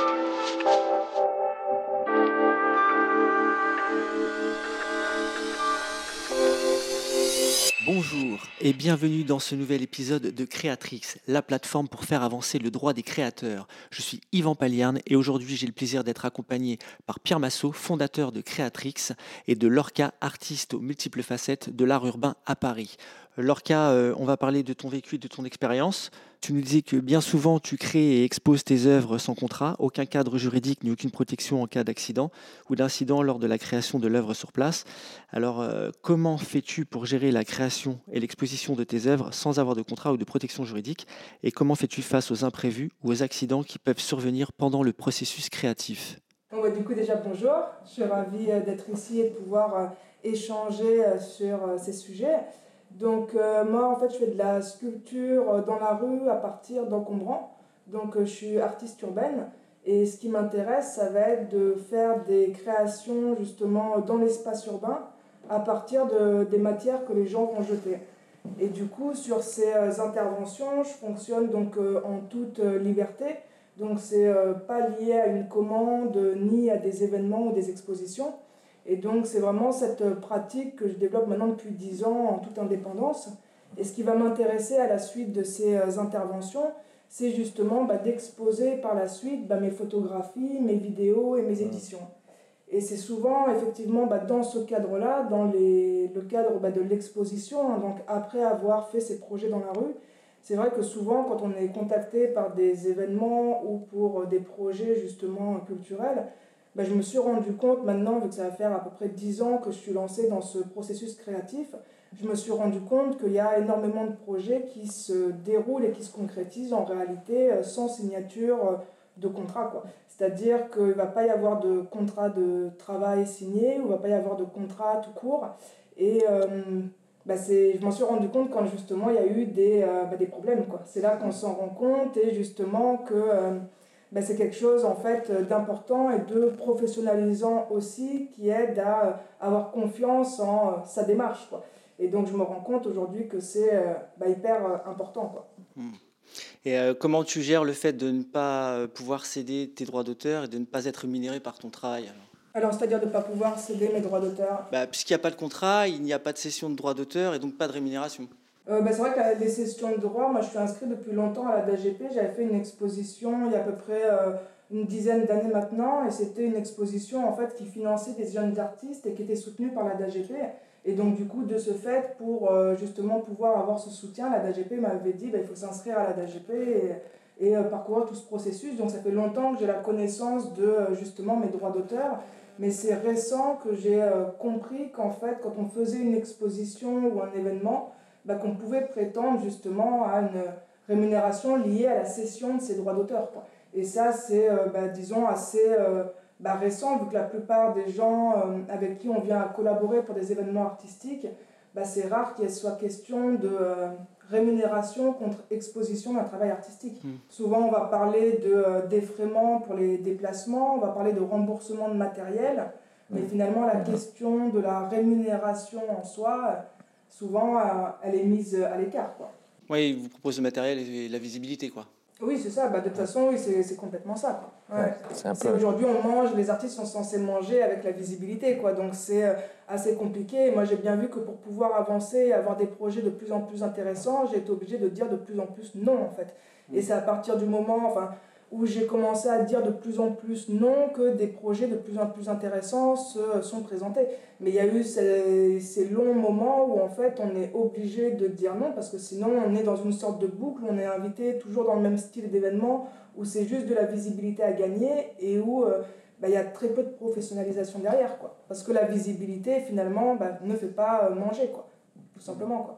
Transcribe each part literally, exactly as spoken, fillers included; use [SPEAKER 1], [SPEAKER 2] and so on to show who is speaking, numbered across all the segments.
[SPEAKER 1] Bonjour et bienvenue dans ce nouvel épisode de Créatrix, la plateforme pour faire avancer le droit des créateurs. Je suis Yvan Palierne et aujourd'hui j'ai le plaisir d'être accompagné par Pierre Massot, fondateur de Créatrix, et de Lorca, artiste aux multiples facettes de l'art urbain à Paris. Lorca, euh, on va parler de ton vécu et de ton expérience. Tu nous disais que bien souvent tu crées et exposes tes œuvres sans contrat, aucun cadre juridique ni aucune protection en cas d'accident ou d'incident lors de la création de l'œuvre sur place. Alors, euh, comment fais-tu pour gérer la création et l'exposition de tes œuvres sans avoir de contrat ou de protection juridique? Et comment fais-tu face aux imprévus ou aux accidents qui peuvent survenir pendant le processus créatif?
[SPEAKER 2] Bon, bah, du coup, déjà, bonjour. Je suis ravie euh, d'être ici et de pouvoir euh, échanger euh, sur euh, ces sujets. Donc, euh, moi, en fait, je fais de la sculpture euh, dans la rue à partir d'encombrants. Donc, euh, je suis artiste urbaine. Et ce qui m'intéresse, ça va être de faire des créations, justement, dans l'espace urbain à partir de, des matières que les gens vont jeter. Et du coup, sur ces euh, interventions, je fonctionne donc euh, en toute euh, liberté. Donc c'est euh, pas lié à une commande ni à des événements ou des expositions. Et donc c'est vraiment cette pratique que je développe maintenant depuis dix ans en toute indépendance. Et ce qui va m'intéresser à la suite de ces euh, interventions, c'est justement bah, d'exposer par la suite bah, mes photographies, mes vidéos et mes éditions. Et c'est souvent effectivement bah, dans ce cadre-là, dans les, le cadre bah, de l'exposition, hein, donc après avoir fait ces projets dans la rue, c'est vrai que souvent, quand on est contacté par des événements ou pour des projets justement culturels, ben, je me suis rendu compte maintenant, vu que ça va faire à peu près dix ans que je suis lancée dans ce processus créatif, je me suis rendu compte qu'il y a énormément de projets qui se déroulent et qui se concrétisent en réalité sans signature de contrat, quoi. C'est-à-dire qu'il ne va pas y avoir de contrat de travail signé, ou il ne va pas y avoir de contrat tout court. Et... Euh, Bah c'est, je m'en suis rendu compte quand justement il y a eu des, euh, bah des problèmes, quoi. C'est là qu'on s'en rend compte et justement que euh, bah c'est quelque chose en fait d'important et de professionnalisant aussi qui aide à euh, avoir confiance en euh, sa démarche, quoi. Et donc je me rends compte aujourd'hui que c'est euh, bah hyper euh, important, quoi.
[SPEAKER 1] Hmm. Et euh, comment tu gères le fait de ne pas euh, pouvoir céder tes droits d'auteur et de ne pas être rémunéré par ton travail alors?
[SPEAKER 2] Alors, c'est-à-dire de ne pas pouvoir céder mes droits d'auteur.
[SPEAKER 1] Bah, puisqu'il n'y a pas de contrat, il n'y a pas de cession de droits d'auteur et donc pas de rémunération.
[SPEAKER 2] Euh, bah, c'est vrai que les sessions de droit, moi je suis inscrite depuis longtemps à la D A G P. J'avais fait une exposition il y a à peu près euh, une dizaine d'années maintenant, et c'était une exposition en fait qui finançait des jeunes artistes et qui était soutenue par la D A G P. Et donc du coup, de ce fait, pour euh, justement pouvoir avoir ce soutien, la D A G P m'avait dit bah, il faut s'inscrire à la D A G P et, et euh, parcourir tout ce processus. Donc ça fait longtemps que j'ai la connaissance de euh, justement mes droits d'auteur. Mais c'est récent que j'ai euh, compris qu'en fait, quand on faisait une exposition ou un événement, bah, qu'on pouvait prétendre justement à une rémunération liée à la cession de ses droits d'auteur, quoi. Et ça, c'est, euh, bah, disons, assez euh, bah, récent, vu que la plupart des gens euh, avec qui on vient à collaborer pour des événements artistiques, bah, c'est rare qu'il soit question de euh, rémunération contre exposition d'un travail artistique. Mmh. Souvent, on va parler de euh, défraiement pour les déplacements, on va parler de remboursement de matériel, mmh. mais finalement, la mmh. question de la rémunération en soi, souvent, euh, elle est mise à l'écart, quoi.
[SPEAKER 1] Oui, il vous propose le matériel et la visibilité, quoi.
[SPEAKER 2] Oui, c'est ça. Bah, de toute façon, oui, c'est, c'est complètement ça, quoi. Ouais. Ouais, c'est un peu... c'est aujourd'hui, on mange, les artistes sont censés manger avec la visibilité, quoi. Donc, c'est euh, assez compliqué. Et moi, j'ai bien vu que pour pouvoir avancer et avoir des projets de plus en plus intéressants, j'ai été obligée de dire de plus en plus non, en fait. Mmh. Et c'est à partir du moment... Enfin, où j'ai commencé à dire de plus en plus non que des projets de plus en plus intéressants se sont présentés. Mais il y a eu ces, ces longs moments où en fait on est obligé de dire non parce que sinon on est dans une sorte de boucle, on est invité toujours dans le même style d'événement où c'est juste de la visibilité à gagner et où euh, bah, y a très peu de professionnalisation derrière, quoi. Parce que la visibilité finalement bah, ne fait pas manger, quoi. Tout simplement, quoi.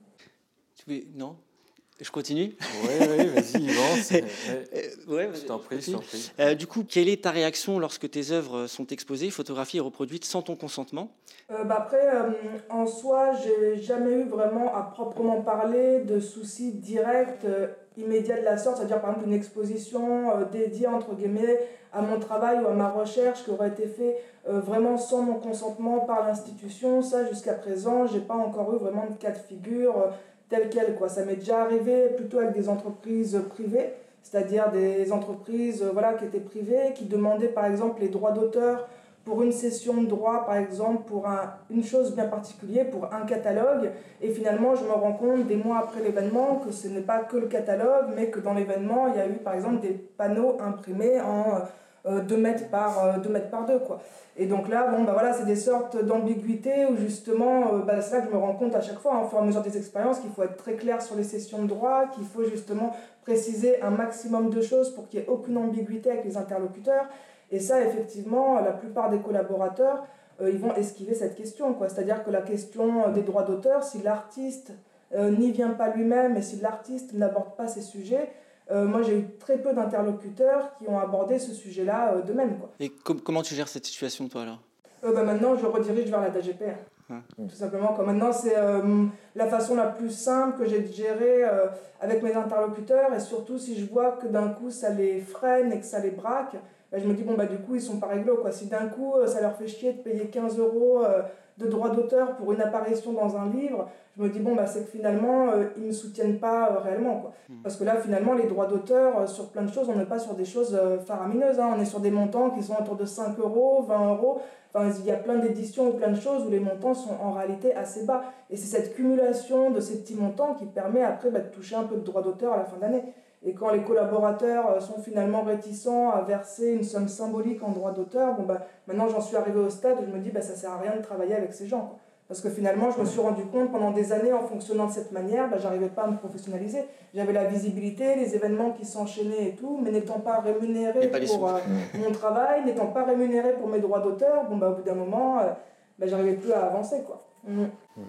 [SPEAKER 1] Tu veux... Non ? Je continue ?
[SPEAKER 3] Oui, oui, vas-y, Yvan.
[SPEAKER 1] euh, ouais,
[SPEAKER 3] je t'en prie, je t'en prie.
[SPEAKER 1] Euh, du coup, quelle est ta réaction lorsque tes œuvres sont exposées, photographiées et reproduites sans ton consentement ?
[SPEAKER 2] euh, bah Après, euh, en soi, j'ai jamais eu vraiment à proprement parler de soucis directs, euh, immédiats de la sorte, c'est-à-dire par exemple une exposition euh, dédiée, entre guillemets, à mon travail ou à ma recherche qui aurait été fait euh, vraiment sans mon consentement par l'institution. Ça, jusqu'à présent, j'ai pas encore eu vraiment de cas de figure euh, tel quel, quoi. Ça m'est déjà arrivé plutôt avec des entreprises privées c'est-à-dire des entreprises euh, voilà, qui étaient privées, qui demandaient par exemple les droits d'auteur pour une session de droit, par exemple, pour un, une chose bien particulière, pour un catalogue. Et finalement, je me rends compte des mois après l'événement que ce n'est pas que le catalogue, mais que dans l'événement, il y a eu par exemple des panneaux imprimés en euh, deux mètres par euh, deux mètres par deux, quoi. Et donc là, bon, bah voilà, c'est des sortes d'ambiguïtés où justement, euh, bah, c'est là que je me rends compte à chaque fois, hein, au fur et à mesure des expériences, qu'il faut être très clair sur les sessions de droit, qu'il faut justement préciser un maximum de choses pour qu'il n'y ait aucune ambiguïté avec les interlocuteurs. Et ça, effectivement, la plupart des collaborateurs, euh, ils vont esquiver cette question, quoi. C'est-à-dire que la question des droits d'auteur, si l'artiste euh, n'y vient pas lui-même et si l'artiste n'aborde pas ces sujets, euh, moi j'ai eu très peu d'interlocuteurs qui ont abordé ce sujet-là euh, d'eux-mêmes, quoi.
[SPEAKER 1] Et com- comment tu gères cette situation, toi, alors ?
[SPEAKER 2] Euh, bah, maintenant, je redirige vers la D G P.
[SPEAKER 1] Ouais.
[SPEAKER 2] Tout simplement. Quoi. Maintenant, c'est euh, la façon la plus simple que j'ai de gérer euh, avec mes interlocuteurs. Et surtout, si je vois que d'un coup, ça les freine et que ça les braque, bah, je me dis, bon, bah, du coup, ils sont pas réglo, quoi. Si d'un coup, ça leur fait chier de payer quinze euros euh, de droits d'auteur pour une apparition dans un livre, je me dis, bon, bah, c'est que finalement, euh, ils ne me soutiennent pas euh, réellement, quoi. Mmh. Parce que là, finalement, les droits d'auteur, euh, sur plein de choses, on n'est pas sur des choses euh, faramineuses. Hein. On est sur des montants qui sont autour de cinq euros, vingt euros. Enfin, il y a plein d'éditions ou plein de choses où les montants sont en réalité assez bas. Et c'est cette cumulation de ces petits montants qui permet après bah, de toucher un peu de droits d'auteur à la fin de l'année. Et quand les collaborateurs sont finalement réticents à verser une somme symbolique en droits d'auteur, bon, bah, maintenant j'en suis arrivé au stade où je me dis bah, ça ne sert à rien de travailler avec ces gens, quoi. Parce que finalement, je me suis rendu compte pendant des années, en fonctionnant de cette manière, bah, je n'arrivais pas à me professionnaliser. J'avais la visibilité, les événements qui s'enchaînaient et tout, mais n'étant pas rémunéré pour euh, mon travail, n'étant pas rémunéré pour mes droits d'auteur, bon, bah, au bout d'un moment, euh, bah, je n'arrivais plus à avancer, quoi. Mmh.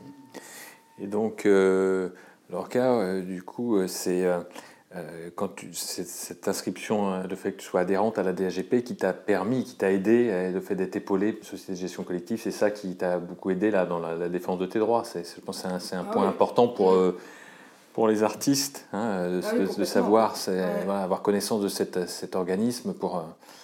[SPEAKER 3] Et donc, euh, Lorca, euh, du coup, c'est... Euh, Euh, quand tu, c'est, cette inscription, le fait que tu sois adhérente à la D G P qui t'a permis, qui t'a aidé, euh, le fait d'être épaulé, société de gestion collective, c'est ça qui t'a beaucoup aidé là, dans la, la défense de tes droits. C'est, je pense que c'est un, c'est un ah point oui. important pour, euh, pour les artistes, hein, de, ah oui, de savoir, c'est, ouais. voilà, avoir connaissance de cette, cet organisme pour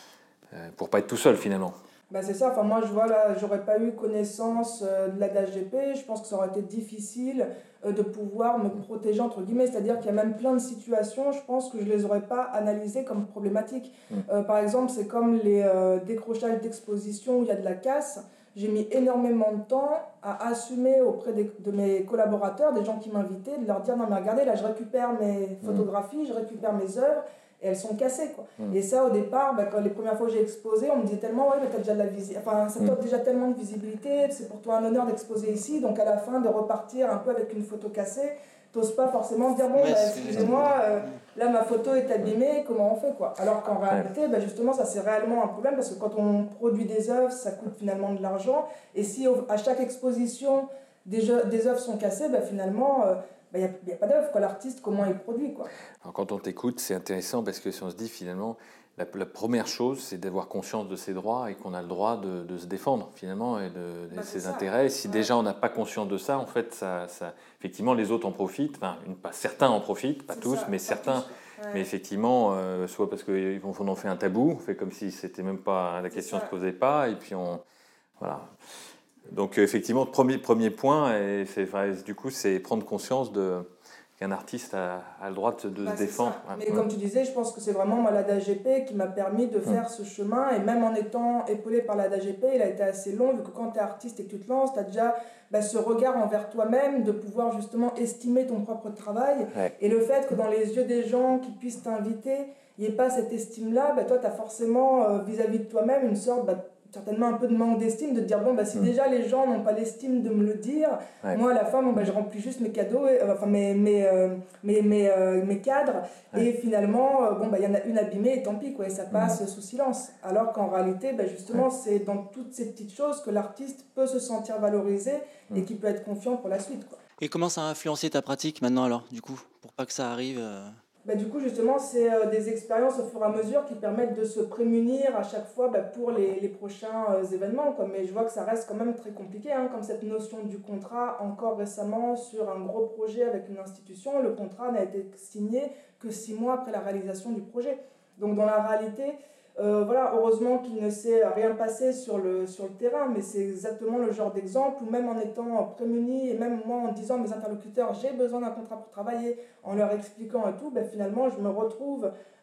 [SPEAKER 3] ne euh, pas être tout seul finalement.
[SPEAKER 2] Bah c'est ça, enfin moi je vois là, j'aurais pas eu connaissance euh, de la D G P, je pense que ça aurait été difficile euh, de pouvoir me protéger entre guillemets, c'est-à-dire qu'il y a même plein de situations, je pense que je les aurais pas analysées comme problématiques. Mmh. Euh, par exemple, c'est comme les euh, décrochages d'exposition où il y a de la casse, j'ai mis énormément de temps à assumer auprès des, de mes collaborateurs, des gens qui m'invitaient, de leur dire non mais regardez là je récupère mes photographies, je récupère mes œuvres, et elles sont cassées, quoi. Mmh. Et ça, au départ, bah, quand les premières fois que j'ai exposé, on me disait tellement, ouais, mais t'as déjà de la visibilité, enfin, ça t'offre mmh. déjà tellement de visibilité, c'est pour toi un honneur d'exposer ici, donc à la fin, de repartir un peu avec une photo cassée, t'oses pas forcément dire, bon, ouais, bah, excusez-moi, euh, là, ma photo est abîmée, comment on fait, quoi. Alors qu'en réalité, bah, justement, ça, c'est réellement un problème, parce que quand on produit des œuvres, ça coûte finalement de l'argent, et si à chaque exposition, des, jeux, des œuvres sont cassées, bah, finalement... Euh, il n'y a, a pas d'œuvre, quoi. L'artiste, comment il produit, quoi.
[SPEAKER 3] Alors, quand on t'écoute, c'est intéressant parce que si on se dit finalement, la, la première chose, c'est d'avoir conscience de ses droits et qu'on a le droit de, de se défendre finalement et de, de bah, ses ça. intérêts. Si ouais. déjà on n'a pas conscience de ça, en fait, ça, ça, effectivement, les autres en profitent. Enfin, une, pas, certains en profitent, pas c'est tous, ça, mais pas certains. Tous. Ouais. Mais effectivement, euh, soit parce qu'on en fait un tabou, on fait comme si c'était même pas la c'est question ne se posait pas, et puis on, voilà. Donc effectivement, premier, premier point, et c'est, du coup, c'est prendre conscience de, qu'un artiste a, a le droit de, de bah, se défendre.
[SPEAKER 2] Ouais. Mais mmh. comme tu disais, je pense que c'est vraiment moi, la D G P qui m'a permis de faire mmh. ce chemin, et même en étant épaulé par la D G P, il a été assez long, vu que quand tu es artiste et que tu te lances, tu as déjà bah, ce regard envers toi-même, de pouvoir justement estimer ton propre travail, ouais. et le fait que dans les yeux des gens qui puissent t'inviter, il n'y ait pas cette estime-là, bah, toi tu as forcément euh, vis-à-vis de toi-même une sorte... Bah, certainement un peu de manque d'estime, de te dire bon bah si mmh. déjà les gens n'ont pas l'estime de me le dire, ouais. moi à la fin bon, bah, je remplis juste mes cadeaux, et, euh, enfin mes, mes, euh, mes, mes, euh, mes cadres, ouais. et finalement euh, bon bah il y en a une abîmée et tant pis, quoi, et ça passe mmh. sous silence, alors qu'en réalité bah, justement ouais. c'est dans toutes ces petites choses que l'artiste peut se sentir valorisé mmh. et qui peut être confiant pour la suite, quoi.
[SPEAKER 1] Et comment ça a influencé ta pratique maintenant alors, du coup, pour pas que ça arrive euh...
[SPEAKER 2] Bah, du coup, justement, c'est euh, des expériences au fur et à mesure qui permettent de se prémunir à chaque fois bah, pour les, les prochains euh, événements, quoi. Mais je vois que ça reste quand même très compliqué, hein, comme cette notion du contrat. Encore récemment, sur un gros projet avec une institution, le contrat n'a été signé que six mois après la réalisation du projet. Donc, dans la réalité... Euh, voilà, heureusement qu'il ne s'est rien passé sur le, sur le terrain, mais c'est exactement le genre d'exemple où même en étant prémuni et même moi en disant à mes interlocuteurs j'ai besoin d'un contrat pour travailler, en leur expliquant et tout, ben finalement je me retrouve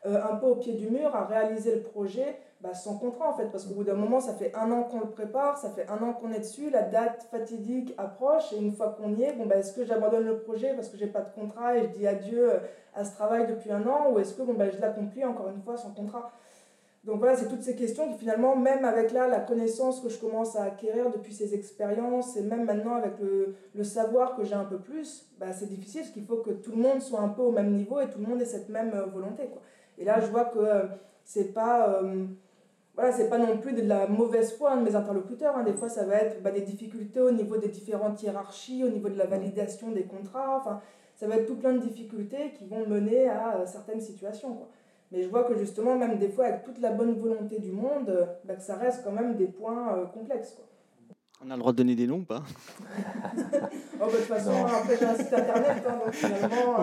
[SPEAKER 2] euh, un peu au pied du mur à réaliser le projet bah, sans contrat en fait, parce qu'au bout d'un moment ça fait un an qu'on le prépare, ça fait un an qu'on est dessus, la date fatidique approche et une fois qu'on y est, bon, bah, est-ce que j'abandonne le projet parce que j'ai pas de contrat et je dis adieu à ce travail depuis un an, ou est-ce que bon, bah, je l'accomplis encore une fois sans contrat? Donc voilà, c'est toutes ces questions qui finalement, même avec là, la connaissance que je commence à acquérir depuis ces expériences, et même maintenant avec le, le savoir que j'ai un peu plus, bah, c'est difficile parce qu'il faut que tout le monde soit un peu au même niveau et tout le monde ait cette même euh, volonté, quoi. Et là, je vois que euh, c'est pas... Euh, voilà, c'est pas non plus de la mauvaise foi de mes interlocuteurs. Hein. Des fois, ça va être bah, des difficultés au niveau des différentes hiérarchies, au niveau de la validation des contrats. Enfin, ça va être tout plein de difficultés qui vont mener à euh, certaines situations, quoi. Mais je vois que justement, même des fois, avec toute la bonne volonté du monde, euh, bah, que ça reste quand même des points euh, complexes, quoi.
[SPEAKER 1] On a le droit de donner des noms ou pas?
[SPEAKER 2] Oh, bah, de toute façon,
[SPEAKER 3] Non.
[SPEAKER 2] après j'ai un site internet, hein, donc finalement,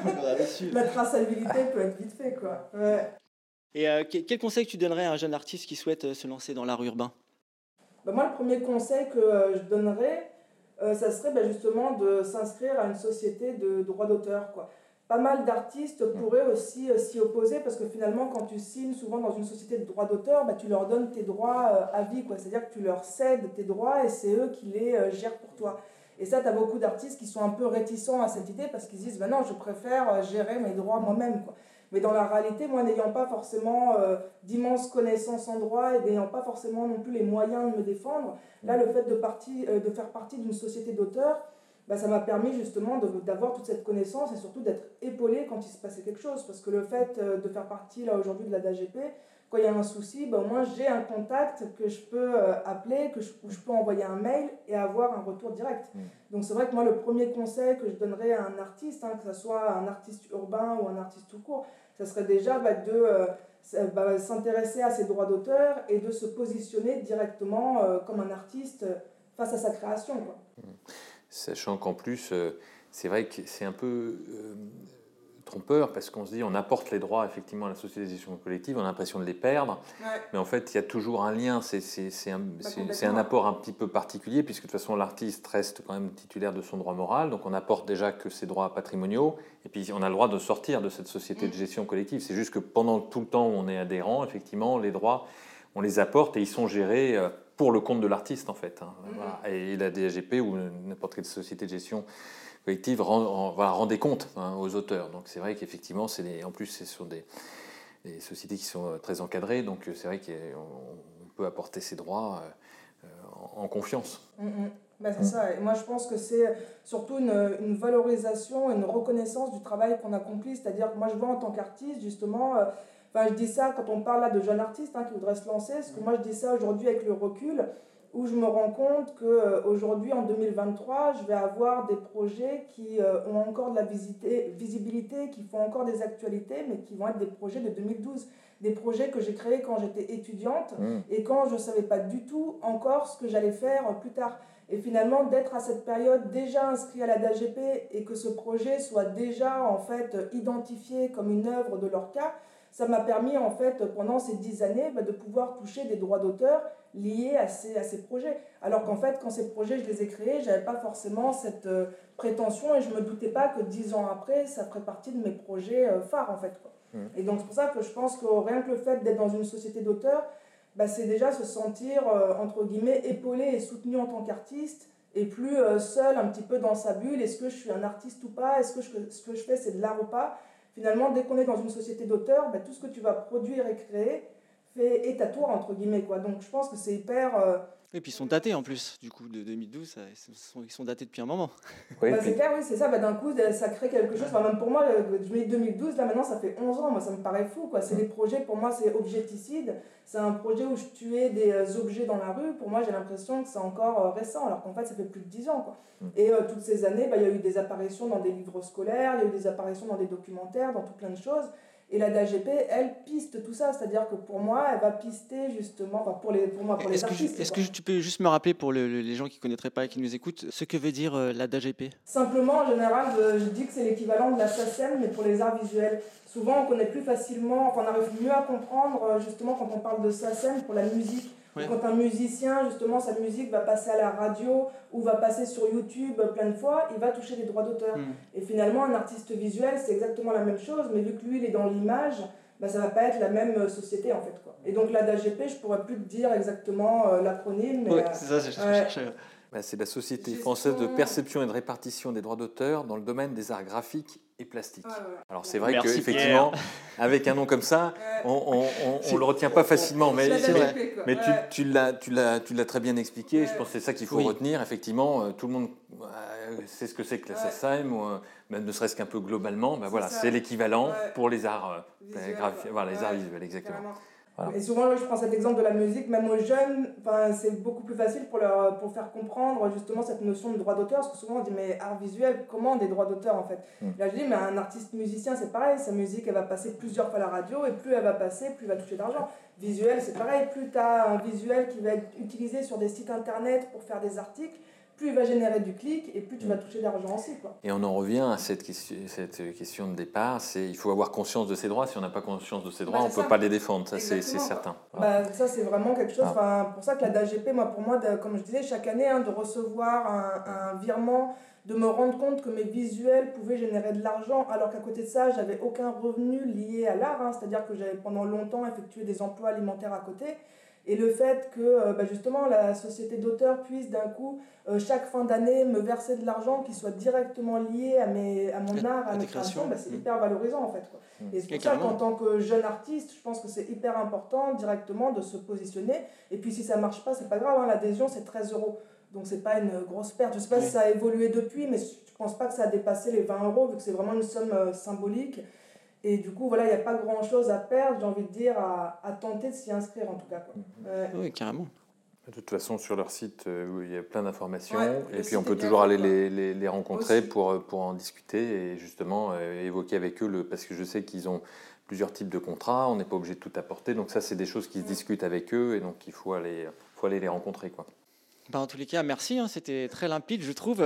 [SPEAKER 2] euh, la traçabilité peut être vite fait, quoi. Ouais.
[SPEAKER 1] Et euh, quel, quel conseil tu donnerais à un jeune artiste qui souhaite euh, se lancer dans l'art urbain?
[SPEAKER 2] Bah, moi, le premier conseil que euh, je donnerais, euh, ça serait bah, justement de s'inscrire à une société de droit d'auteur, quoi. Pas mal d'artistes pourraient aussi euh, s'y opposer parce que finalement, quand tu signes souvent dans une société de droit d'auteur, bah, tu leur donnes tes droits euh, à vie, quoi. C'est-à-dire que tu leur cèdes tes droits et c'est eux qui les euh, gèrent pour toi. Et ça, tu as beaucoup d'artistes qui sont un peu réticents à cette idée parce qu'ils disent bah non, je préfère euh, gérer mes droits moi-même, quoi. Mais dans la réalité, moi, n'ayant pas forcément euh, d'immenses connaissances en droit et n'ayant pas forcément non plus les moyens de me défendre, là, le fait de, partie, euh, de faire partie d'une société d'auteurs, bah, ça m'a permis justement de, d'avoir toute cette connaissance et surtout d'être épaulé quand il se passait quelque chose. Parce que le fait euh, de faire partie là aujourd'hui de la D A G P, quand il y a un souci, bah, au moins j'ai un contact que je peux euh, appeler, que je, où je peux envoyer un mail et avoir un retour direct. Mmh. Donc c'est vrai que moi le premier conseil que je donnerais à un artiste, hein, que ce soit un artiste urbain ou un artiste tout court, ça serait déjà bah, de euh, bah, s'intéresser à ses droits d'auteur et de se positionner directement euh, comme un artiste face à sa création, quoi. Mmh.
[SPEAKER 3] Sachant qu'en plus, euh, c'est vrai que c'est un peu euh, trompeur parce qu'on se dit on apporte les droits effectivement à la société de gestion collective, on a l'impression de les perdre, ouais. Mais en fait il y a toujours un lien, c'est, c'est, c'est, un, bah, c'est, c'est un apport un petit peu particulier puisque de toute façon l'artiste reste quand même titulaire de son droit moral, donc on apporte déjà que ses droits patrimoniaux et puis on a le droit de sortir de cette société mmh. de gestion collective. C'est juste que pendant tout le temps où on est adhérent, effectivement les droits on les apporte et ils sont gérés euh, pour le compte de l'artiste en fait, hein. Mmh. Voilà. Et la D A G P ou n'importe quelle société de gestion collective rend, rend, voilà, rend des comptes hein, aux auteurs. Donc c'est vrai qu'effectivement, c'est des, en plus c'est sur des, des sociétés qui sont très encadrées, donc c'est vrai qu'on peut apporter ses droits euh, en, en confiance.
[SPEAKER 2] Mmh. Ben, c'est mmh. ça. Et moi je pense que c'est surtout une, une valorisation, une reconnaissance du travail qu'on accomplit. C'est-à-dire que moi je vois en tant qu'artiste justement... Euh, Enfin, je dis ça quand on parle là de jeunes artistes hein, qui voudraient se lancer, parce que moi je dis ça aujourd'hui avec le recul, où je me rends compte qu'aujourd'hui, en deux mille vingt-trois, je vais avoir des projets qui euh, ont encore de la visité, visibilité, qui font encore des actualités, mais qui vont être des projets de deux mille douze. Des projets que j'ai créés quand j'étais étudiante mmh. et quand je ne savais pas du tout encore ce que j'allais faire plus tard. Et finalement, d'être à cette période déjà inscrit à la D A G P et que ce projet soit déjà en fait identifié comme une œuvre de leur cas, ça m'a permis en fait pendant ces dix années bah, de pouvoir toucher des droits d'auteur liés à ces, à ces projets. Alors qu'en fait, quand ces projets, je les ai créés, je n'avais pas forcément cette euh, prétention et je ne me doutais pas que dix ans après, ça ferait partie de mes projets euh, phares en fait, quoi. Mmh. Et donc c'est pour ça que je pense que rien que le fait d'être dans une société d'auteurs, bah, c'est déjà se sentir euh, entre guillemets épaulé et soutenu en tant qu'artiste et plus euh, seul un petit peu dans sa bulle. Est-ce que je suis un artiste ou pas? Est-ce que je, ce que je fais c'est de l'art ou pas? Finalement, dès qu'on est dans une société d'auteurs, bah, tout ce que tu vas produire et créer fait, est à toi, entre guillemets, quoi. Donc je pense que c'est hyper... Euh...
[SPEAKER 1] Et puis ils sont datés en plus, du coup, de deux mille douze, ça, ils, sont, ils sont datés depuis un moment.
[SPEAKER 2] Oui, bah, c'est clair, oui, c'est ça. Bah, d'un coup, ça crée quelque chose. Enfin, même pour moi, je mets deux mille douze, là maintenant, ça fait onze ans. Moi, ça me paraît fou, quoi. C'est des projets, pour moi, c'est Objeticide. C'est un projet où je tuais des objets dans la rue. Pour moi, j'ai l'impression que c'est encore récent, alors qu'en fait, ça fait plus de dix ans, quoi. Et euh, toutes ces années, bah, il y a eu des apparitions dans des livres scolaires, il y a eu des apparitions dans des documentaires, dans tout plein de choses. Et la D A G P, elle piste tout ça, c'est-à-dire que pour moi, elle va pister justement, enfin pour, les, pour moi, pour les
[SPEAKER 1] est-ce
[SPEAKER 2] artistes.
[SPEAKER 1] Que, est-ce quoi. que tu peux juste me rappeler pour le, les gens qui ne connaîtraient pas et qui nous écoutent, ce que veut dire euh, la D A G P?
[SPEAKER 2] Simplement, en général, je, je dis que c'est l'équivalent de la S A C E M, mais pour les arts visuels. Souvent, on connaît plus facilement, enfin, on arrive mieux à comprendre justement quand on parle de S A C E M pour la musique. Ouais. Quand un musicien, justement, sa musique va passer à la radio ou va passer sur YouTube plein de fois, il va toucher des droits d'auteur. Mmh. Et finalement, un artiste visuel, c'est exactement la même chose, mais vu que lui, il est dans l'image, bah, ça va pas être la même société en fait, quoi. Et donc l'A D G P, je pourrais plus te dire exactement euh, l'acronyme.
[SPEAKER 1] Oui,
[SPEAKER 2] euh,
[SPEAKER 1] c'est ça, c'est ce que je
[SPEAKER 2] ouais.
[SPEAKER 1] cherchais.
[SPEAKER 3] Bah, c'est la Société
[SPEAKER 2] Gestion...
[SPEAKER 3] française de perception et de répartition des droits d'auteur dans le domaine des arts graphiques et plastiques.
[SPEAKER 2] Ouais, ouais.
[SPEAKER 3] Alors c'est vrai
[SPEAKER 1] Merci,
[SPEAKER 3] qu'effectivement, avec un nom comme ça,
[SPEAKER 2] Ouais.
[SPEAKER 3] on ne le retient pas facilement, mais,
[SPEAKER 2] C'est
[SPEAKER 3] mais,
[SPEAKER 2] l'A D G P, quoi.
[SPEAKER 3] mais tu,
[SPEAKER 2] Ouais.
[SPEAKER 3] tu l'as tu l'as, tu l'as très bien expliqué,
[SPEAKER 2] Ouais.
[SPEAKER 3] je pense que c'est ça qu'il faut
[SPEAKER 1] Oui.
[SPEAKER 3] retenir. Effectivement, euh, tout le monde euh, sait ce que c'est que la
[SPEAKER 2] Ouais.
[SPEAKER 3] S A C E M, ou, euh, même ne serait-ce qu'un peu globalement, bah,
[SPEAKER 2] C'est
[SPEAKER 3] voilà,
[SPEAKER 2] ça.
[SPEAKER 3] c'est l'équivalent
[SPEAKER 2] Ouais.
[SPEAKER 3] pour les arts, euh,
[SPEAKER 2] Visuel,
[SPEAKER 3] graphi-
[SPEAKER 2] quoi.
[SPEAKER 3] voilà, les
[SPEAKER 2] Ouais.
[SPEAKER 3] arts visuels, exactement.
[SPEAKER 2] Carrément.
[SPEAKER 3] Voilà.
[SPEAKER 2] Et souvent, je prends cet exemple de la musique, même aux jeunes, c'est beaucoup plus facile pour leur pour faire comprendre justement cette notion de droit d'auteur, parce que souvent on dit mais art visuel, comment des droits d'auteur en fait
[SPEAKER 3] Mm.
[SPEAKER 2] Là je dis mais un artiste musicien c'est pareil, sa musique elle va passer plusieurs fois à la radio et plus elle va passer, plus il va toucher d'argent. Visuel c'est pareil, plus tu as un visuel qui va être utilisé sur des sites internet pour faire des articles, plus il va générer du clic et plus tu vas toucher d'argent aussi, quoi.
[SPEAKER 3] Et on en revient à cette question, cette question de départ, c'est il faut avoir conscience de ses droits. Si on n'a pas conscience de ses droits,
[SPEAKER 2] Bah,
[SPEAKER 3] on ne peut
[SPEAKER 2] ça.
[SPEAKER 3] pas les défendre, ça c'est, c'est
[SPEAKER 2] Exactement.
[SPEAKER 3] certain. Voilà.
[SPEAKER 2] Bah, ça c'est vraiment quelque chose,
[SPEAKER 3] Ah.
[SPEAKER 2] pour ça que la D A G P, moi, pour moi, de, comme je disais, chaque année, hein, de recevoir un, un virement, de me rendre compte que mes visuels pouvaient générer de l'argent, alors qu'à côté de ça, j'avais aucun revenu lié à l'art, hein, c'est-à-dire que j'avais pendant longtemps effectué des emplois alimentaires à côté. Et le fait que euh, bah justement la société d'auteur puisse d'un coup, euh, chaque fin d'année, me verser de l'argent qui soit directement lié à, mes, à mon art, à,
[SPEAKER 1] à
[SPEAKER 2] mes
[SPEAKER 1] tes créations,
[SPEAKER 2] créations, bah, c'est
[SPEAKER 1] mmh.
[SPEAKER 2] hyper valorisant en fait, quoi.
[SPEAKER 3] Mmh.
[SPEAKER 2] Et c'est pour
[SPEAKER 1] Et
[SPEAKER 2] ça
[SPEAKER 1] carrément.
[SPEAKER 2] qu'en tant que jeune artiste, je pense que c'est hyper important directement de se positionner. Et puis si ça ne marche pas, c'est pas grave, hein, l'adhésion c'est treize euros. Donc c'est pas une grosse perte. Je sais pas
[SPEAKER 1] Oui.
[SPEAKER 2] si ça a évolué depuis, mais je pense pas que ça a dépassé les vingt euros, vu que c'est vraiment une somme euh, symbolique. Et du coup, voilà, il n'y a pas grand-chose à perdre, j'ai envie de dire, à, à tenter de s'y inscrire en tout cas, quoi. Ouais.
[SPEAKER 1] Oui, carrément.
[SPEAKER 3] De toute façon, sur leur site, euh, il y a plein d'informations.
[SPEAKER 2] Ouais,
[SPEAKER 3] et
[SPEAKER 2] le
[SPEAKER 3] puis on
[SPEAKER 2] site
[SPEAKER 3] peut
[SPEAKER 2] est bien
[SPEAKER 3] toujours
[SPEAKER 2] fait,
[SPEAKER 3] aller
[SPEAKER 2] quoi.
[SPEAKER 3] les, les, les rencontrer
[SPEAKER 2] Aussi.
[SPEAKER 3] pour, pour en discuter et justement euh, évoquer avec eux, le, parce que je sais qu'ils ont plusieurs types de contrats, on n'est pas obligé de tout apporter. Donc ça, c'est des choses qui se
[SPEAKER 2] Mm.
[SPEAKER 3] discutent avec eux et donc il faut aller, faut aller les rencontrer, quoi.
[SPEAKER 1] Bah, en tous les cas, merci, hein, c'était très limpide, je trouve.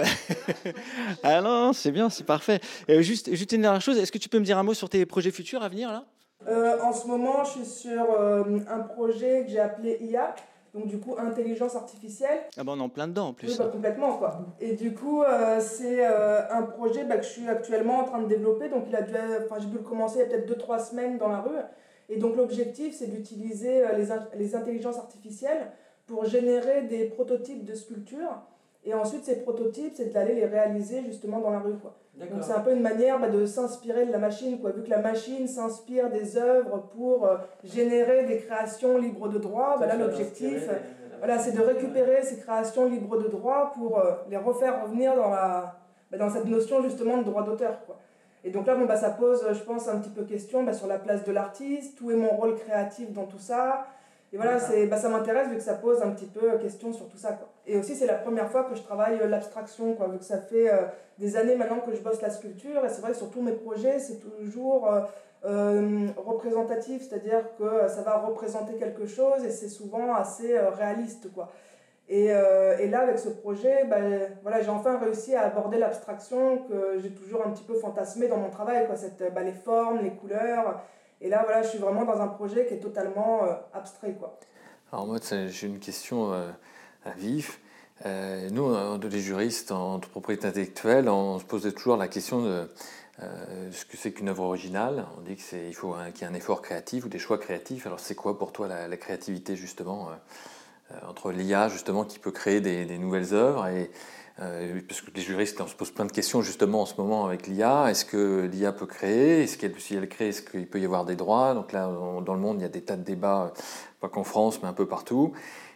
[SPEAKER 1] Ah non, c'est bien, c'est parfait. Et juste, juste une dernière chose, est-ce que tu peux me dire un mot sur tes projets futurs à venir là ?
[SPEAKER 2] Euh, en ce moment, je suis sur euh, un projet que j'ai appelé I A, donc du coup intelligence artificielle.
[SPEAKER 1] Ah bah on est en plein dedans en plus.
[SPEAKER 2] Oui, bah, complètement quoi. Et du coup, euh, c'est euh, un projet bah, que je suis actuellement en train de développer. Donc il a dû, enfin j'ai dû le commencer il y a peut-être deux trois semaines dans la rue. Et donc l'objectif, c'est d'utiliser euh, les, in- les intelligences artificielles pour générer des prototypes de sculptures. Et ensuite, ces prototypes, c'est d'aller les réaliser justement dans la rue, quoi. Donc c'est un peu une manière bah, de s'inspirer de la machine, quoi. Vu que la machine s'inspire des œuvres pour euh, générer des créations libres de droit, bah, là l'objectif, euh, voilà, c'est de récupérer ces créations libres de droit pour euh, les refaire revenir dans, la, bah, dans cette notion justement de droit d'auteur, quoi. Et donc là, bon, bah, ça pose, je pense, un petit peu question bah, sur la place de l'artiste, où est mon rôle créatif dans tout ça. Et voilà, c'est, bah, ça m'intéresse vu que ça pose un petit peu question sur tout ça, quoi. Et aussi, c'est la première fois que je travaille euh, l'abstraction, quoi, vu que ça fait euh, des années maintenant que je bosse la sculpture. Et c'est vrai que sur tous mes projets, c'est toujours euh, euh, représentatif, c'est-à-dire que ça va représenter quelque chose et c'est souvent assez euh, réaliste, quoi. Et, euh, et là, avec ce projet, bah, voilà, j'ai enfin réussi à aborder l'abstraction que j'ai toujours un petit peu fantasmé dans mon travail, quoi, cette, bah, les formes, les couleurs. Et là, voilà, je suis vraiment dans un projet qui est totalement euh, abstrait, quoi.
[SPEAKER 3] Alors moi, j'ai une question euh, à vif. Euh, nous, euh, les juristes en propriété intellectuelle, on se posait toujours la question de euh, ce que c'est qu'une œuvre originale. On dit qu'il faut hein, qu'il y ait un effort créatif ou des choix créatifs. Alors c'est quoi pour toi la, la créativité justement euh, entre l'I A justement qui peut créer des, des nouvelles œuvres et euh, parce que les juristes, on se pose plein de questions justement en ce moment avec l'I A. Est-ce que l'I A peut créer ? Est-ce qu'elle, si elle crée, est-ce qu'il peut y avoir des droits ? Donc là, on, dans le monde, il y a des tas de débats, pas qu'en France, mais un peu partout.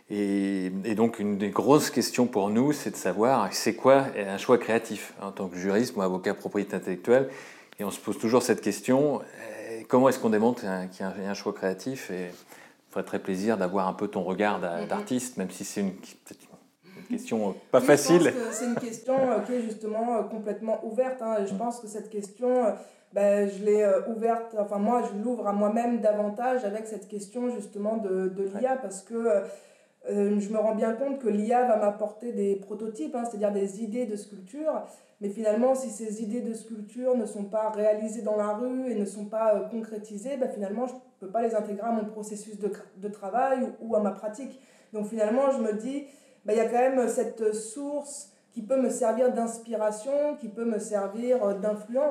[SPEAKER 3] Et, et donc, une des grosses questions pour nous, c'est de savoir c'est quoi un choix créatif en tant que juriste, moi, avocat propriété intellectuelle. Et on se pose toujours cette question comment est-ce qu'on démontre qu'il y a un choix créatif ? Et ça ferait très plaisir d'avoir un peu ton regard d'artiste, même si c'est une, une question pas
[SPEAKER 2] oui,
[SPEAKER 3] facile.
[SPEAKER 2] Je pense que c'est une question euh, qui est justement euh, complètement ouverte, hein, et je pense que cette question, euh, ben, je l'ai euh, ouverte, enfin moi je l'ouvre à moi-même davantage avec cette question justement de, de l'I A, parce que euh, je me rends bien compte que l'I A va m'apporter des prototypes, hein, c'est-à-dire des idées de sculpture, mais finalement si ces idées de sculpture ne sont pas réalisées dans la rue et ne sont pas euh, concrétisées, ben, finalement je ne peux pas les intégrer à mon processus de, de travail ou, ou à ma pratique. Donc finalement je me dis, ben, y a quand même cette source qui peut me servir d'inspiration, qui peut me servir d'influence.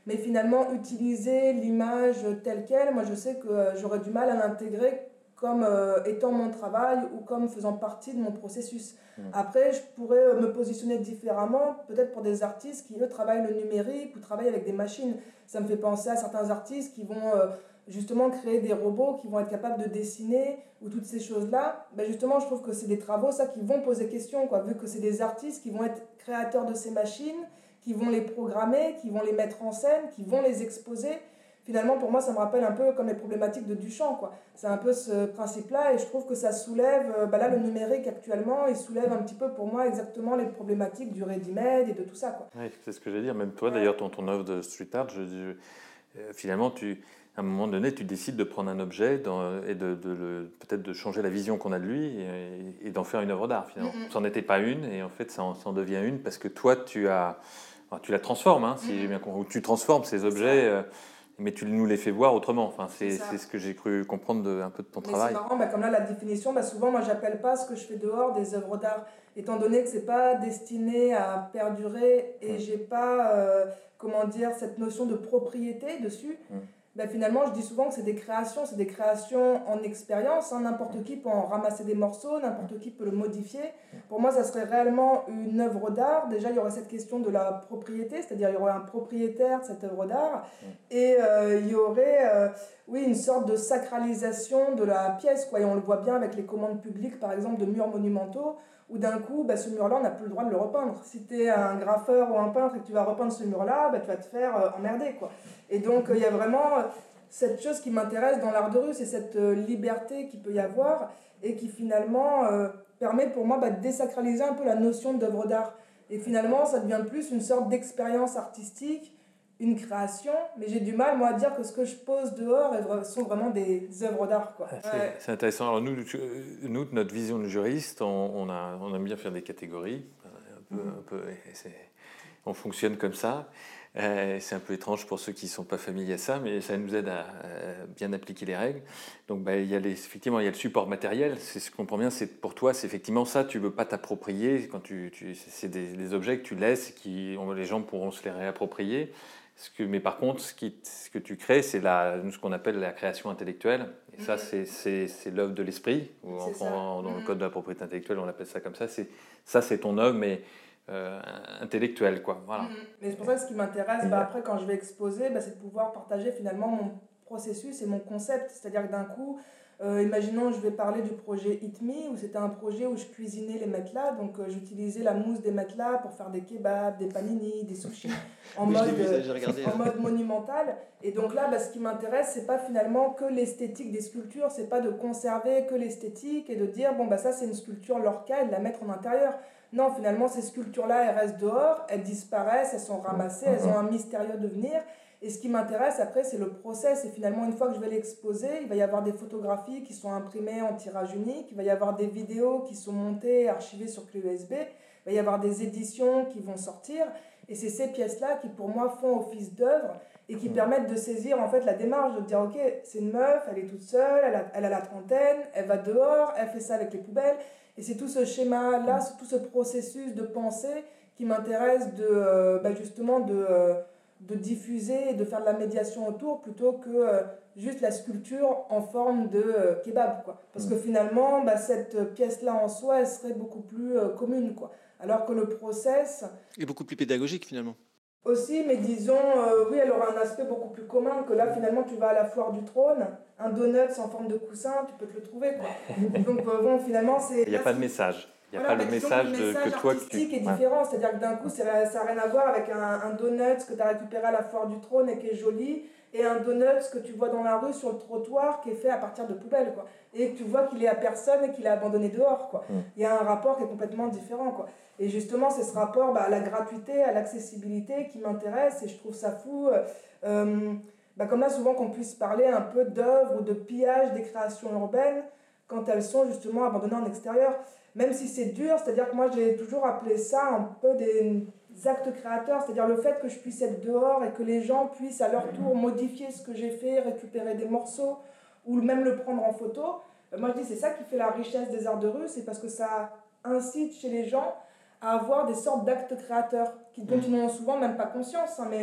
[SPEAKER 2] Mais finalement, utiliser l'image telle qu'elle, moi je sais que euh, j'aurais du mal à l'intégrer comme euh, étant mon travail ou comme faisant partie de mon processus. Mmh. Après, je pourrais me positionner différemment, peut-être pour des artistes qui, eux, travaillent le numérique ou travaillent avec des machines. Ça me fait penser à certains artistes qui vont euh, justement créer des robots qui vont être capables de dessiner ou toutes ces choses-là. Ben justement, je trouve que c'est des travaux, ça, qui vont poser question, quoi, vu que c'est des artistes qui vont être créateurs de ces machines, qui vont les programmer, qui vont les mettre en scène, qui vont les exposer. Finalement, pour moi, ça me rappelle un peu comme les problématiques de Duchamp, quoi. C'est un peu ce principe-là, et je trouve que ça soulève, bah là, le numérique actuellement, il soulève un petit peu pour moi exactement les problématiques du ready-made et de tout ça, quoi.
[SPEAKER 3] Oui, c'est ce que j'allais dire. Même toi, ouais. D'ailleurs, ton, ton œuvre de street art, je, je, euh, finalement, tu, à un moment donné, tu décides de prendre un objet dans, et de, de, de peut-être de changer la vision qu'on a de lui et, et d'en faire une œuvre d'art, finalement. Mm-hmm. Ça n'en était pas une, et en fait, ça en, ça en devient une parce que toi, tu as... Tu la transformes, hein, si mm-hmm. j'ai bien compris. Tu transformes ces objets, euh, mais tu nous les fais voir autrement. Enfin, c'est, c'est, c'est ce que j'ai cru comprendre de, un peu de ton
[SPEAKER 2] mais
[SPEAKER 3] travail.
[SPEAKER 2] C'est marrant, bah, comme là, la définition, bah, souvent, moi, j'appelle pas ce que je fais dehors des œuvres d'art, étant donné que c'est pas destiné à perdurer et mm. j'ai pas, euh, comment dire, cette notion de propriété dessus. Mm. Ben finalement, je dis souvent que c'est des créations, c'est des créations en expérience. Hein. N'importe qui peut en ramasser des morceaux, n'importe qui peut le modifier. Pour moi, ça serait réellement une œuvre d'art. Déjà, il y aurait cette question de la propriété, c'est-à-dire il y aurait un propriétaire de cette œuvre d'art. Et euh, il y aurait, euh, oui, une sorte de sacralisation de la pièce, quoi. Et on le voit bien avec les commandes publiques, par exemple, de murs monumentaux, où d'un coup, bah, ce mur-là, on n'a plus le droit de le repeindre. Si tu es un graffeur ou un peintre et que tu vas repeindre ce mur-là, bah, tu vas te faire euh, emmerder, quoi. Et donc, il euh, y a vraiment euh, cette chose qui m'intéresse dans l'art de rue, c'est cette euh, liberté qu'il peut y avoir et qui finalement euh, permet pour moi bah, de désacraliser un peu la notion d'œuvre d'art. Et finalement, ça devient plus une sorte d'expérience artistique, une création, mais j'ai du mal, moi, à dire que ce que je pose dehors sont vraiment des œuvres d'art, quoi.
[SPEAKER 3] C'est, ouais. c'est intéressant. Alors nous, nous, notre vision de juriste, on, on, a, on aime bien faire des catégories. Un peu, mmh. un peu, c'est, on fonctionne comme ça. Euh, c'est un peu étrange pour ceux qui ne sont pas familiers à ça, mais ça nous aide à, à bien appliquer les règles. Donc, bah, il y a les, effectivement, il y a le support matériel. C'est ce que je comprends bien. C'est pour toi, c'est effectivement ça. Tu ne veux pas t'approprier. Quand tu, tu, c'est des, des objets que tu laisses, qui, on, les gens pourront se les réapproprier. Ce que, mais par contre, ce, qui, ce que tu crées, c'est la, ce qu'on appelle la création intellectuelle. Et mmh. ça, c'est, c'est, c'est l'œuvre de l'esprit. Ou en, dans mmh. le code de la propriété intellectuelle, on appelle ça comme ça. C'est, ça, c'est ton œuvre, mais euh, intellectuelle, quoi. Voilà. Mmh.
[SPEAKER 2] Mais c'est pour ça que ce qui m'intéresse, bah, après, quand je vais exposer, bah, c'est de pouvoir partager finalement mon processus et mon concept. C'est-à-dire que d'un coup, Euh, imaginons, je vais parler du projet Eat Me, où c'était un projet où je cuisinais les matelas, donc euh, j'utilisais la mousse des matelas pour faire des kebabs, des panini, des sushis, en,
[SPEAKER 1] oui,
[SPEAKER 2] mode,
[SPEAKER 1] vu, ça, j'ai regardé,
[SPEAKER 2] en mode monumental. Et donc là, bah, ce qui m'intéresse, c'est pas finalement que l'esthétique des sculptures, c'est pas de conserver que l'esthétique et de dire, bon, bah ça c'est une sculpture Lorca et de la mettre en intérieur. Non, finalement, ces sculptures-là, elles restent dehors, elles disparaissent, elles sont ramassées, elles ont un mystérieux devenir. Et ce qui m'intéresse après, c'est le process. Et finalement, une fois que je vais l'exposer, il va y avoir des photographies qui sont imprimées en tirage unique, il va y avoir des vidéos qui sont montées, archivées sur clé U S B, il va y avoir des éditions qui vont sortir. Et c'est ces pièces-là qui, pour moi, font office d'œuvre et qui permettent de saisir en fait la démarche, de dire, ok, c'est une meuf, elle est toute seule, elle a, elle a la trentaine, elle va dehors, elle fait ça avec les poubelles. Et c'est tout ce schéma-là, tout ce processus de pensée qui m'intéresse de, euh, bah justement de... Euh, de diffuser et de faire de la médiation autour plutôt que euh, juste la sculpture en forme de euh, kebab, quoi. Parce que finalement, bah, cette pièce-là en soi, elle serait beaucoup plus euh, commune, quoi. Alors que le process...
[SPEAKER 1] est beaucoup plus pédagogique, finalement.
[SPEAKER 2] Aussi, mais disons, euh, oui, elle aura un aspect beaucoup plus commun que là, finalement, tu vas à la foire du trône, un donut en forme de coussin, tu peux te le trouver, quoi. Donc, euh, bon, finalement, c'est...
[SPEAKER 3] Il n'y a pas de message. Il n'y a
[SPEAKER 2] voilà,
[SPEAKER 3] pas le message,
[SPEAKER 2] le
[SPEAKER 3] de,
[SPEAKER 2] message
[SPEAKER 3] que toi...
[SPEAKER 2] artistique
[SPEAKER 3] que tu...
[SPEAKER 2] est différent, ouais. C'est-à-dire que d'un coup, ça n'a rien à voir avec un, un donut que tu as récupéré à la foire du trône et qui est joli, et un donut que tu vois dans la rue sur le trottoir qui est fait à partir de poubelles, quoi. Et que tu vois qu'il est à personne et qu'il est abandonné dehors, quoi. Mm. Il y a un rapport qui est complètement différent, quoi. Et justement, c'est ce rapport bah, à la gratuité, à l'accessibilité qui m'intéresse, et je trouve ça fou. Euh, bah, comme là, souvent qu'on puisse parler un peu d'œuvres ou de pillage des créations urbaines quand elles sont justement abandonnées en extérieur. Même si c'est dur, c'est-à-dire que moi j'ai toujours appelé ça un peu des actes créateurs, c'est-à-dire le fait que je puisse être dehors et que les gens puissent à leur tour modifier ce que j'ai fait, récupérer des morceaux ou même le prendre en photo. Moi je dis c'est ça qui fait la richesse des arts de rue, c'est parce que ça incite chez les gens à avoir des sortes d'actes créateurs dont ils n'ont souvent même pas conscience, hein, mais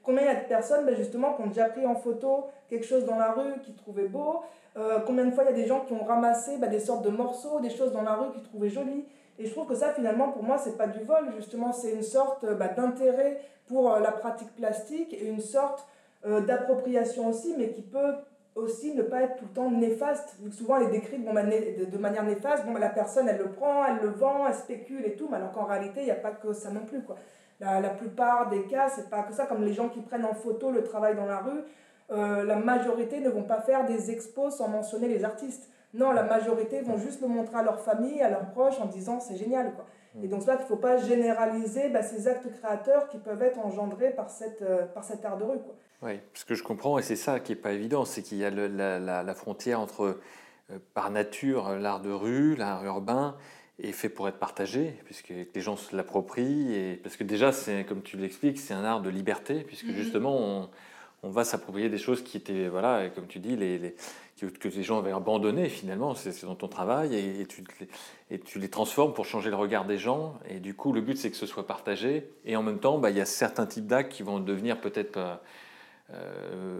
[SPEAKER 2] Combien il y a de personnes ben justement qui ont déjà pris en photo quelque chose dans la rue qu'ils trouvaient beau, euh, combien de fois il y a des gens qui ont ramassé ben, des sortes de morceaux, des choses dans la rue qu'ils trouvaient jolies. Et je trouve que ça, finalement, pour moi, c'est pas du vol, justement, c'est une sorte ben, d'intérêt pour euh, la pratique plastique et une sorte euh, d'appropriation aussi, mais qui peut aussi ne pas être tout le temps néfaste, vu que souvent elle est décrite bon, ben, de, de manière néfaste, bon, ben, la personne, elle le prend, elle le vend, elle spécule et tout, mais alors qu'en réalité, il n'y a pas que ça non plus, quoi. La, la plupart des cas, c'est pas que ça, comme les gens qui prennent en photo le travail dans la rue, euh, la majorité ne vont pas faire des expos sans mentionner les artistes. Non, la majorité vont juste le montrer à leur famille, à leurs proches, en disant c'est génial, quoi. Et donc c'est là qu'il ne faut pas généraliser bah, ces actes créateurs qui peuvent être engendrés par, cette, euh, par cet art de rue, quoi.
[SPEAKER 3] Oui, ce que je comprends, et c'est ça qui n'est pas évident, c'est qu'il y a le, la, la, la frontière entre, euh, par nature, l'art de rue, l'art urbain, est fait pour être partagé, puisque les gens se l'approprient, et parce que déjà, c'est, comme tu l'expliques, c'est un art de liberté, puisque mmh. justement, on, on va s'approprier des choses qui étaient, voilà, et comme tu dis, les, les, que les gens avaient abandonnées finalement, c'est, c'est dans ton travail, et, et, tu, et tu les transformes pour changer le regard des gens, et du coup, le but, c'est que ce soit partagé, et en même temps, bah, il y a certains types d'actes qui vont devenir peut-être... Euh,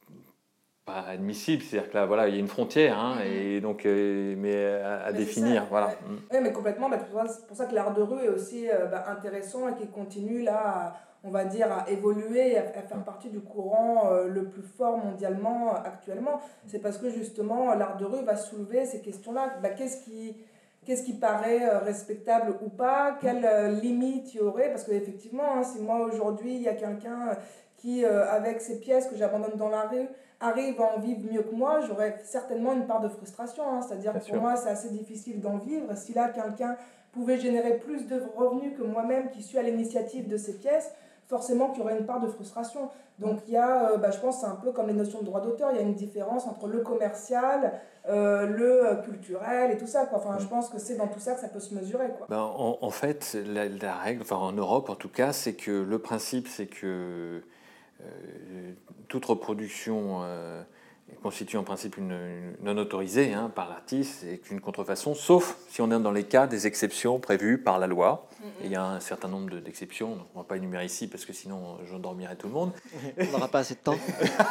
[SPEAKER 3] pas admissible, c'est-à-dire que là, voilà, il y a une frontière, hein, mmh. et donc, euh, mais à, à mais définir, voilà.
[SPEAKER 2] Ouais. Mmh. Oui, mais complètement. Bah, c'est pour ça que l'art de rue est aussi euh, bah, intéressant et qui continue là, à, on va dire, à évoluer, à, à faire mmh. partie du courant euh, le plus fort mondialement euh, actuellement. C'est parce que justement, l'art de rue va soulever ces questions-là. Bah, qu'est-ce qui Qu'est-ce qui paraît euh, respectable ou pas? Quelle euh, limite il y aurait? Parce qu'effectivement, hein, si moi aujourd'hui il y a quelqu'un qui, euh, avec ces pièces que j'abandonne dans la rue, arrive à en vivre mieux que moi, j'aurais certainement une part de frustration. Hein. C'est-à-dire Bien que pour sûr. moi, c'est assez difficile d'en vivre. Si là, quelqu'un pouvait générer plus de revenus que moi-même qui suis à l'initiative de ces pièces, forcément qu'il y aurait une part de frustration. Donc il y a, euh, bah, je pense, c'est un peu comme les notions de droit d'auteur, il y a une différence entre le commercial, euh, le culturel et tout ça, quoi. Enfin, je pense que c'est dans tout ça que ça peut se mesurer, quoi.
[SPEAKER 3] Ben, en, en fait, la, la règle, enfin, en Europe en tout cas, c'est que le principe, c'est que Euh, toute reproduction euh, constitue en principe une, une non autorisée hein, par l'artiste et qu'une contrefaçon, sauf si on est dans les cas des exceptions prévues par la loi. Mm-hmm. Et il y a un certain nombre de, d'exceptions, donc on ne va pas énumérer ici parce que sinon j'endormirais tout le monde.
[SPEAKER 1] On n'aura pas assez de temps.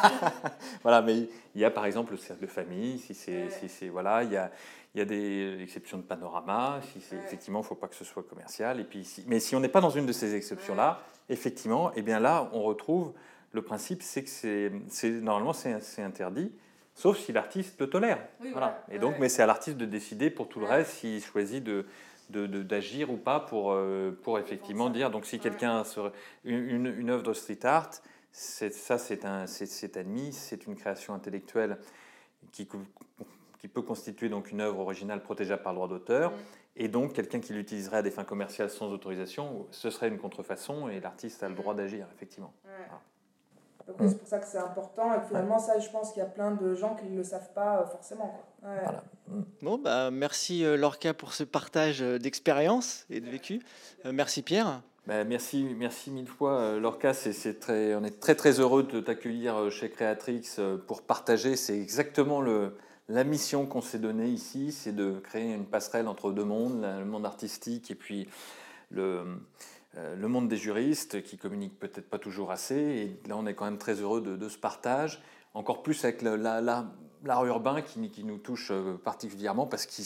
[SPEAKER 3] Voilà, mais il y a par exemple le cercle de famille, si c'est, ouais. si c'est voilà, il y a Il y a des exceptions de panorama, si c'est, ouais. effectivement, il ne faut pas que ce soit commercial. Et puis, si, mais si on n'est pas dans une de ces exceptions-là, ouais. effectivement, eh bien là, on retrouve le principe, c'est que c'est, c'est, normalement, c'est, c'est interdit, sauf si l'artiste le tolère. Oui, voilà. Et donc, ouais. mais c'est à l'artiste de décider pour tout le ouais. reste s'il choisit de, de, de, d'agir ou pas pour, euh, pour effectivement dire. Donc, si ouais. quelqu'un serait une, une œuvre de street art, c'est, ça, c'est, un, c'est, c'est admis, c'est une création intellectuelle qui qui peut constituer donc une œuvre originale protégeable par le droit d'auteur, mmh. et donc quelqu'un qui l'utiliserait à des fins commerciales sans autorisation, ce serait une contrefaçon et l'artiste a le droit d'agir, effectivement.
[SPEAKER 2] Ouais. Voilà. Donc, oui, c'est pour ça que c'est important et que finalement, ça, je pense qu'il y a plein de gens qui ne le savent pas forcément, quoi. Ouais.
[SPEAKER 1] Voilà. Bon, bah, merci Lorca pour ce partage d'expérience et de vécu. Euh, merci Pierre.
[SPEAKER 3] Ben, merci, merci mille fois Lorca, c'est, c'est très, on est très très heureux de t'accueillir chez Creatrix pour partager, c'est exactement le... La mission qu'on s'est donnée ici, c'est de créer une passerelle entre deux mondes, le monde artistique et puis le, euh, le monde des juristes qui communiquent peut-être pas toujours assez. Et là, on est quand même très heureux de, de ce partage, encore plus avec le, la, la, l'art urbain qui, qui nous touche particulièrement parce qu'il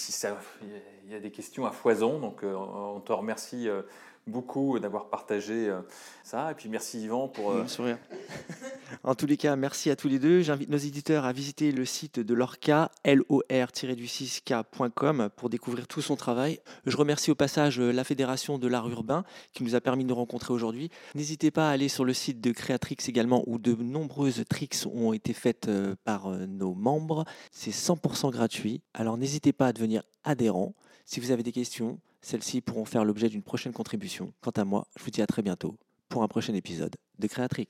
[SPEAKER 3] y a des questions à foison. Donc, euh, on te remercie euh, beaucoup d'avoir partagé euh, ça. Et puis, merci Yvan pour...
[SPEAKER 1] Euh... sourire. En tous les cas, merci à tous les deux. J'invite nos éditeurs à visiter le site de Lorca, L O R six K point com, pour découvrir tout son travail. Je remercie au passage la Fédération de l'art urbain qui nous a permis de nous rencontrer aujourd'hui. N'hésitez pas à aller sur le site de Creatrix également, où de nombreuses tricks ont été faites par nos membres. C'est cent pour cent gratuit. Alors n'hésitez pas à devenir adhérent. Si vous avez des questions, celles-ci pourront faire l'objet d'une prochaine contribution. Quant à moi, je vous dis à très bientôt pour un prochain épisode de Creatrix.